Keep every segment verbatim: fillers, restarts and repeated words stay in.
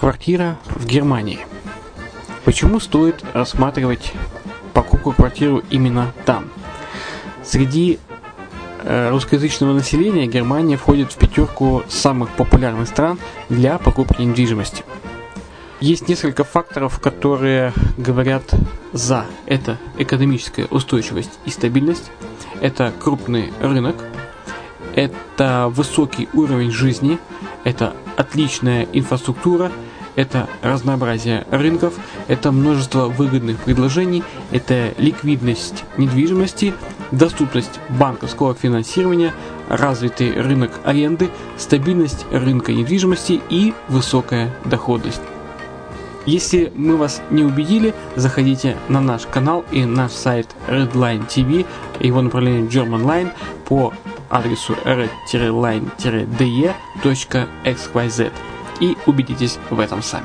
Квартира в Германии. Почему стоит рассматривать покупку квартиры именно там? Среди э, русскоязычного населения Германия входит в пятерку самых популярных стран для покупки недвижимости. Есть несколько факторов, которые говорят за. Это экономическая устойчивость и стабильность, это крупный рынок, это высокий уровень жизни, это отличная инфраструктура, это разнообразие рынков, это множество выгодных предложений, это ликвидность недвижимости, доступность банковского финансирования, развитый рынок аренды, стабильность рынка недвижимости и высокая доходность. Если мы вас не убедили, заходите на наш канал и наш сайт Redline ти ви, его направление Germanline по адресу red line d e точка x y z и убедитесь в этом сами.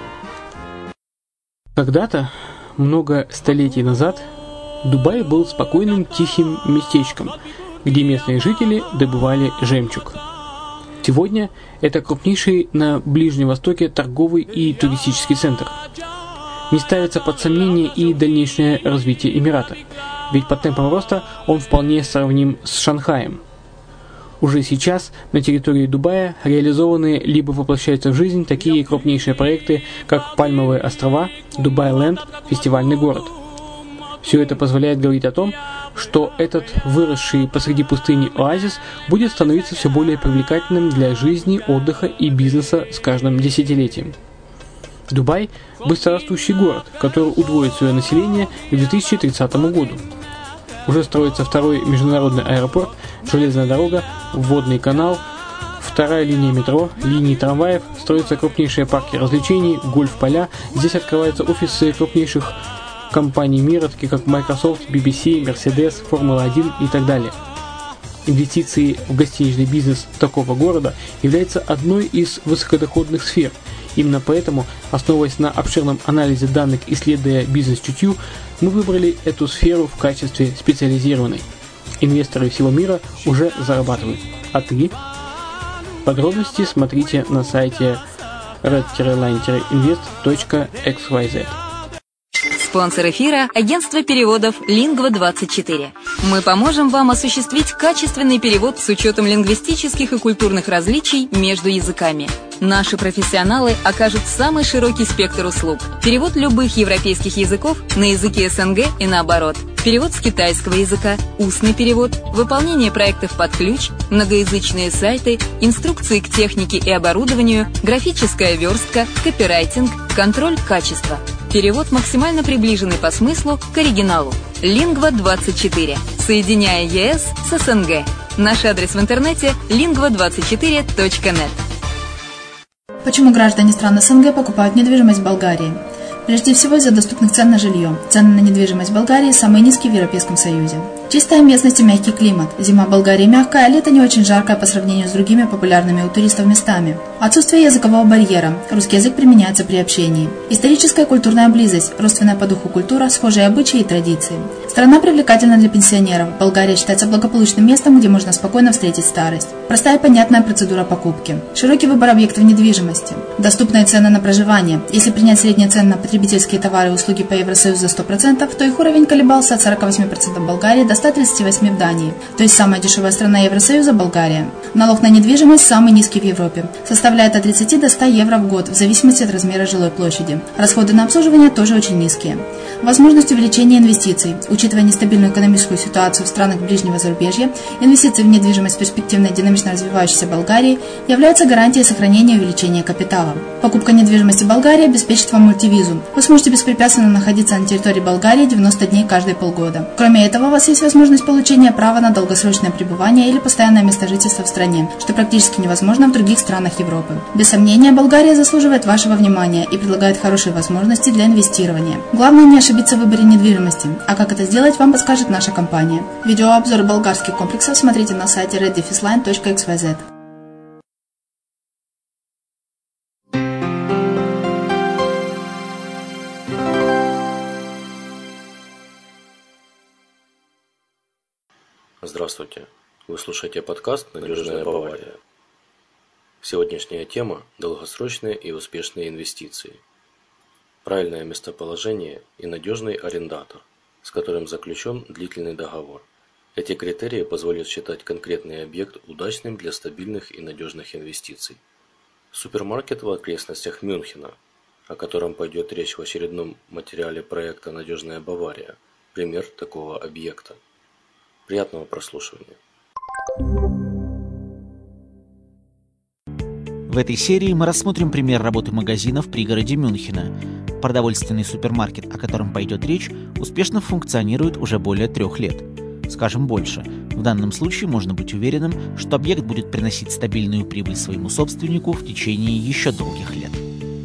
Когда-то, много столетий назад, Дубай был спокойным тихим местечком, где местные жители добывали жемчуг. Сегодня это крупнейший на Ближнем Востоке торговый и туристический центр. Не ставится под сомнение и дальнейшее развитие Эмирата, ведь по темпам роста он вполне сравним с Шанхаем. Уже сейчас на территории Дубая реализованы либо воплощаются в жизнь такие крупнейшие проекты, как Пальмовые острова, Дубай-Ленд, фестивальный город. Все это позволяет говорить о том, что этот выросший посреди пустыни оазис будет становиться все более привлекательным для жизни, отдыха и бизнеса с каждым десятилетием. Дубай – быстрорастущий город, который удвоит свое население к две тысячи тридцатому году. Уже строится второй международный аэропорт, железная дорога, водный канал, вторая линия метро, линии трамваев, строятся крупнейшие парки развлечений, гольф-поля. Здесь открываются офисы крупнейших компаний мира, таких как Microsoft, би би си, Mercedes, Формула один и так далее. Инвестиции в гостиничный бизнес такого города являются одной из высокодоходных сфер. Именно поэтому, основываясь на обширном анализе данных, исследуя бизнес-чутью, мы выбрали эту сферу в качестве специализированной. Инвесторы всего мира уже зарабатывают. А ты? Подробности смотрите на сайте red line invest точка x y z. Спонсор эфира – агентство переводов лингва двадцать четыре. Мы поможем вам осуществить качественный перевод с учетом лингвистических и культурных различий между языками. Наши профессионалы окажут самый широкий спектр услуг. Перевод любых европейских языков на языки эс эн гэ и наоборот. Перевод с китайского языка, устный перевод, выполнение проектов под ключ, многоязычные сайты, инструкции к технике и оборудованию, графическая верстка, копирайтинг, контроль качества. Перевод максимально приближенный по смыслу к оригиналу. лингва двадцать четыре. Соединяя е эс с эс эн гэ. Наш адрес в интернете лингва двадцать четыре точка нет. Почему граждане стран эс эн гэ покупают недвижимость в Болгарии? Прежде всего из-за доступных цен на жилье. Цены на недвижимость в Болгарии самые низкие в Европейском Союзе. Чистая местность и мягкий климат. Зима в Болгарии мягкая, а лето не очень жаркое по сравнению с другими популярными у туристов местами. Отсутствие языкового барьера. Русский язык применяется при общении. Историческая и культурная близость. Родственная по духу культура, схожие обычаи и традиции. Страна привлекательна для пенсионеров. Болгария считается благополучным местом, где можно спокойно встретить старость. Простая и понятная процедура покупки. Широкий выбор объектов недвижимости. Доступные цены на проживание. Если принять средние цены на потребительские товары и услуги по Евросоюзу за сто процентов, то их уровень колебался от сорок восемь процентов в Болгарии до ста тридцати восьми процентов в Дании. То есть самая дешевая страна Евросоюза – Болгария. Налог на недвижимость самый низкий в Европе. Составляет от тридцати до ста евро в год, в зависимости от размера жилой площади. Расходы на обслуживание тоже очень низкие. Возможность увеличения инвестиций. Учитывая нестабильную экономическую ситуацию в странах ближнего зарубежья, инвестиции в недвижимость в перспективной динамично развивающейся Болгарии являются гарантией сохранения и увеличения капитала. Покупка недвижимости в Болгарии обеспечит вам мультивизу. Вы сможете беспрепятственно находиться на территории Болгарии девяносто дней каждые полгода. Кроме этого, у вас есть возможность получения права на долгосрочное пребывание или постоянное место жительства в стране, что практически невозможно в других странах Европы. Без сомнения, Болгария заслуживает вашего внимания и предлагает хорошие возможности для инвестирования. Главное не ошибиться в выборе недвижимости, а как это сделать, вам подскажет наша компания. Видеообзор болгарских комплексов смотрите на сайте red line точка x y z. Здравствуйте, вы слушаете подкаст «Набережная Бавария». Сегодняшняя тема – долгосрочные и успешные инвестиции. Правильное местоположение и надежный арендатор, с которым заключен длительный договор. Эти критерии позволят считать конкретный объект удачным для стабильных и надежных инвестиций. Супермаркет в окрестностях Мюнхена, о котором пойдет речь в очередном материале проекта «Надежная Бавария», пример такого объекта. Приятного прослушивания. В этой серии мы рассмотрим пример работы магазина в пригороде Мюнхена. Продовольственный супермаркет, о котором пойдет речь, успешно функционирует уже более трех лет. Скажем больше, в данном случае можно быть уверенным, что объект будет приносить стабильную прибыль своему собственнику в течение еще долгих лет.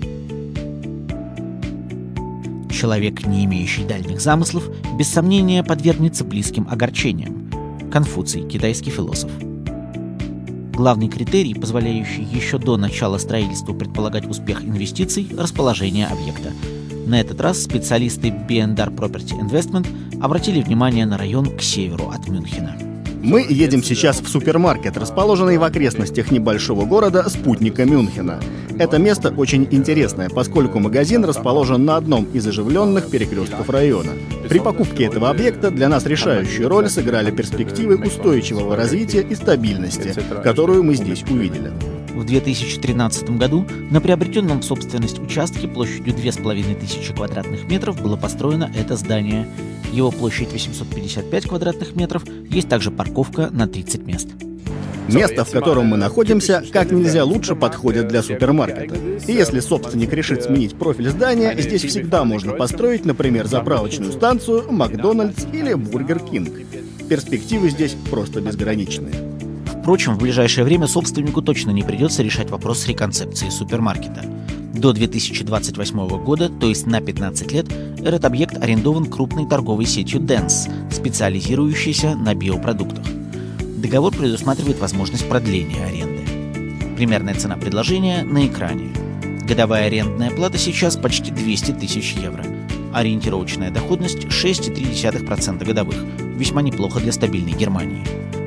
Человек, не имеющий дальних замыслов, без сомнения подвергнется близким огорчениям. Конфуций, китайский философ. Главный критерий, позволяющий еще до начала строительства предполагать успех инвестиций – расположение объекта. На этот раз специалисты би энд ар Property Investment обратили внимание на район к северу от Мюнхена. Мы едем сейчас в супермаркет, расположенный в окрестностях небольшого города спутника Мюнхена. Это место очень интересное, поскольку магазин расположен на одном из оживленных перекрестков района. При покупке этого объекта для нас решающую роль сыграли перспективы устойчивого развития и стабильности, которую мы здесь увидели. В две тысячи тринадцатом году на приобретенном в собственность участке площадью две тысячи пятьсот квадратных метров было построено это здание. Его площадь восемьсот пятьдесят пять квадратных метров, есть также парковка на тридцать мест. Место, в котором мы находимся, как нельзя лучше подходит для супермаркета. И если собственник решит сменить профиль здания, здесь всегда можно построить, например, заправочную станцию, Макдональдс или Бургер Кинг. Перспективы здесь просто безграничные. Впрочем, в ближайшее время собственнику точно не придется решать вопрос с реконцепцией супермаркета. До две тысячи двадцать восьмого года, то есть на пятнадцать лет, этот объект арендован крупной торговой сетью Денс, специализирующейся на биопродуктах. Договор предусматривает возможность продления аренды. Примерная цена предложения на экране. Годовая арендная плата сейчас почти двести тысяч евро. Ориентировочная доходность шесть целых три десятых процента годовых. Весьма неплохо для стабильной Германии.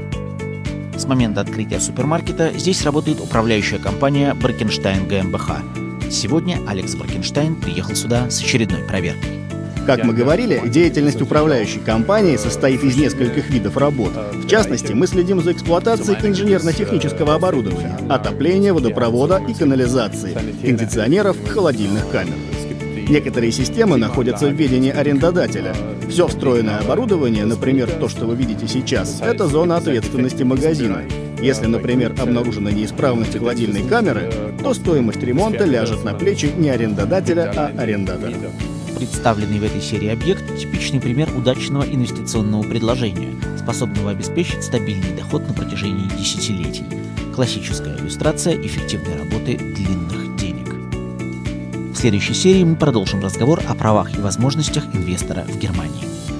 С момента открытия супермаркета здесь работает управляющая компания Баркенштайн ГmbH. Сегодня Алекс Баркенштайн приехал сюда с очередной проверкой. Как мы говорили, деятельность управляющей компании состоит из нескольких видов работ. В частности, мы следим за эксплуатацией инженерно-технического оборудования, отопления, водопровода и канализации, кондиционеров, холодильных камер. Некоторые системы находятся в ведении арендодателя. Все встроенное оборудование, например, то, что вы видите сейчас, это зона ответственности магазина. Если, например, обнаружена неисправность холодильной камеры, то стоимость ремонта ляжет на плечи не арендодателя, а арендатора. Представленный в этой серии объект – типичный пример удачного инвестиционного предложения, способного обеспечить стабильный доход на протяжении десятилетий. Классическая иллюстрация эффективной работы длинных денег. В следующей серии мы продолжим разговор о правах и возможностях инвестора в Германии.